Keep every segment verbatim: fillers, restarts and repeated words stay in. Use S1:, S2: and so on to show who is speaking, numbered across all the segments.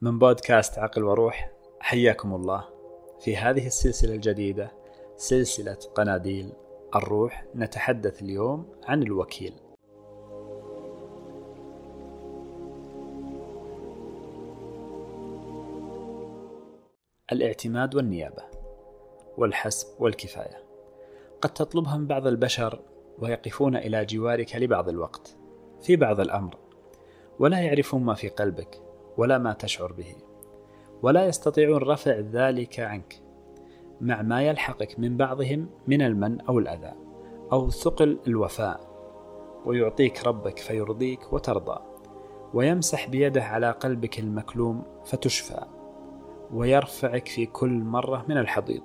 S1: من بودكاست عقل وروح، حياكم الله. في هذه السلسلة الجديدة، سلسلة قناديل الروح، نتحدث اليوم عن الوكيل. الاعتماد والنيابة والحسب والكفاية قد تطلبها من بعض البشر ويقفون إلى جوارك لبعض الوقت في بعض الأمر، ولا يعرفون ما في قلبك ولا ما تشعر به، ولا يستطيعون رفع ذلك عنك، مع ما يلحقك من بعضهم من المن أو الأذى أو ثقل الوفاء. ويعطيك ربك فيرضيك وترضى، ويمسح بيده على قلبك المكلوم فتشفى، ويرفعك في كل مرة من الحضيض.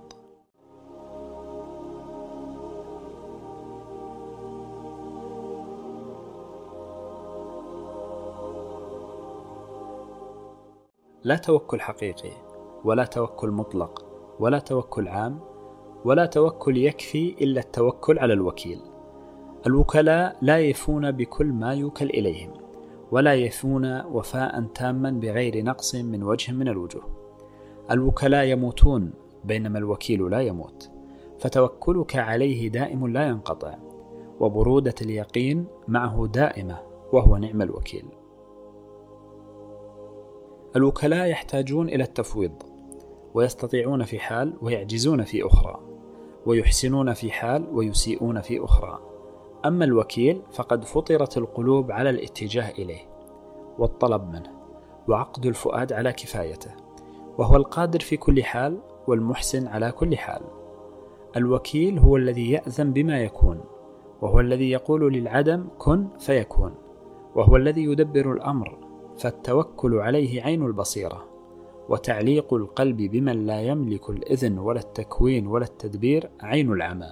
S1: لا توكل حقيقي، ولا توكل مطلق، ولا توكل عام، ولا توكل يكفي إلا التوكل على الوكيل. الوكلاء لا يفون بكل ما يوكل إليهم، ولا يفون وفاء تاما بغير نقص من وجه من الوجوه. الوكلاء يموتون بينما الوكيل لا يموت، فتوكلك عليه دائم لا ينقطع، وبرودة اليقين معه دائمة، وهو نعم الوكيل. الوكلاء يحتاجون إلى التفويض، ويستطيعون في حال ويعجزون في أخرى، ويحسنون في حال ويسيئون في أخرى. أما الوكيل فقد فطرت القلوب على الاتجاه إليه والطلب منه، وعقد الفؤاد على كفايته، وهو القادر في كل حال والمحسن على كل حال. الوكيل هو الذي يأذن بما يكون، وهو الذي يقول للعدم كن فيكون، وهو الذي يدبر الأمر، فالتوكل عليه عين البصيرة، وتعليق القلب بمن لا يملك الإذن ولا التكوين ولا التدبير عين العمى.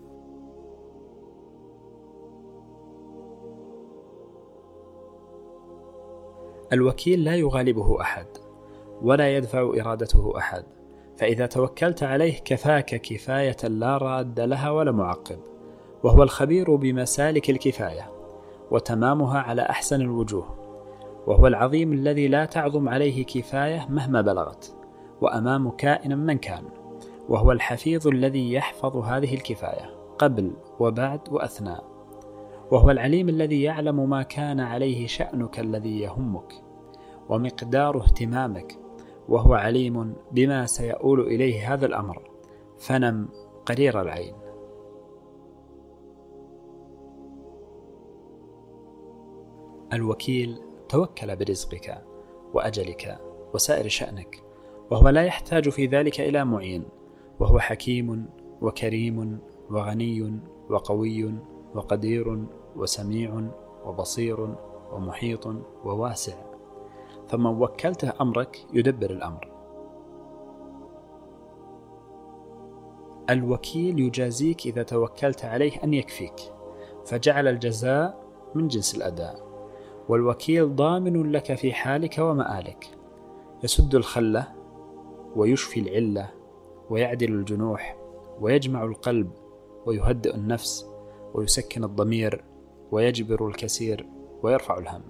S1: الوكيل لا يغالبه أحد، ولا يدفع إرادته أحد، فإذا توكلت عليه كفاك كفاية لا راد لها ولا معقب، وهو الخبير بمسالك الكفاية وتمامها على أحسن الوجوه، وهو العظيم الذي لا تعظم عليه كفاية مهما بلغت، وأمام كائن من كان، وهو الحفيظ الذي يحفظ هذه الكفاية قبل وبعد وأثناء، وهو العليم الذي يعلم ما كان عليه شأنك الذي يهمك ومقدار اهتمامك، وهو عليم بما سيؤول إليه هذا الأمر، فنم قرير العين. الوكيل توكل برزقك وأجلك وسائر شأنك، وهو لا يحتاج في ذلك إلى معين، وهو حكيم وكريم وغني وقوي وقدير وسميع وبصير ومحيط وواسع، فمن وكلته أمرك يدبر الأمر. الوكيل يجازيك إذا توكلت عليه أن يكفيك، فجعل الجزاء من جنس الأداء. والوكيل ضامن لك في حالك ومآلك، يسد الخلة ويشفي العلة ويعدل الجنوح ويجمع القلب ويهدئ النفس ويسكن الضمير ويجبر الكثير ويرفع الهم.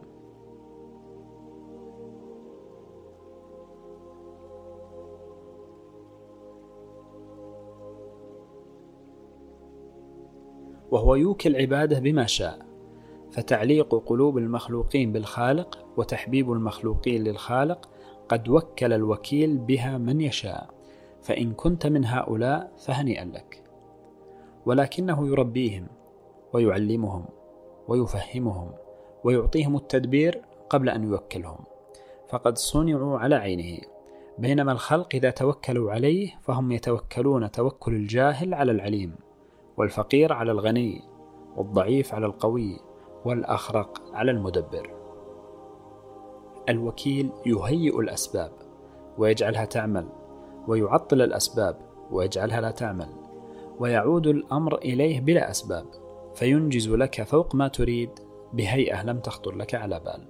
S1: وهو يوكل عباده بما شاء، فتعليق قلوب المخلوقين بالخالق وتحبيب المخلوقين للخالق قد وكل الوكيل بها من يشاء، فإن كنت من هؤلاء فهنيئا لك. ولكنه يربيهم ويعلمهم ويفهمهم ويعطيهم التدبير قبل أن يوكلهم، فقد صنعوا على عينه، بينما الخلق إذا توكلوا عليه فهم يتوكلون توكل الجاهل على العليم، والفقير على الغني، والضعيف على القوي، والأخرق على المدبر. الوكيل يهيئ الأسباب ويجعلها تعمل، ويعطل الأسباب ويجعلها لا تعمل، ويعود الأمر إليه بلا أسباب، فينجز لك فوق ما تريد بهيئة لم تخطر لك على بال.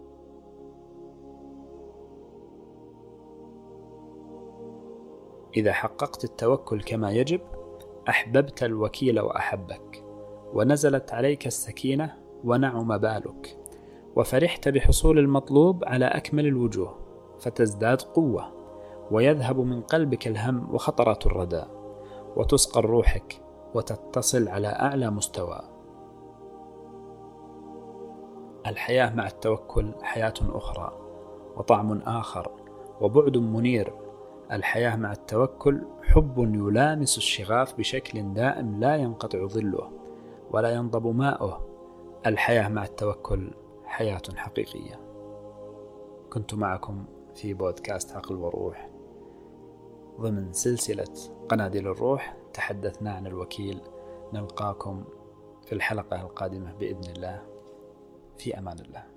S1: إذا حققت التوكل كما يجب أحببت الوكيل وأحبك، ونزلت عليك السكينة ونعم بالك، وفرحت بحصول المطلوب على أكمل الوجوه، فتزداد قوة، ويذهب من قلبك الهم وخطرات الردى، وتسقى روحك وتتصل على أعلى مستوى. الحياة مع التوكل حياة أخرى وطعم آخر وبعد منير. الحياة مع التوكل حب يلامس الشغاف بشكل دائم لا ينقطع ظله ولا ينضب ماؤه. الحياة مع التوكل حياة حقيقية. كنت معكم في بودكاست عقل وروح ضمن سلسلة قناديل الروح، تحدثنا عن الوكيل. نلقاكم في الحلقة القادمة بإذن الله. في أمان الله.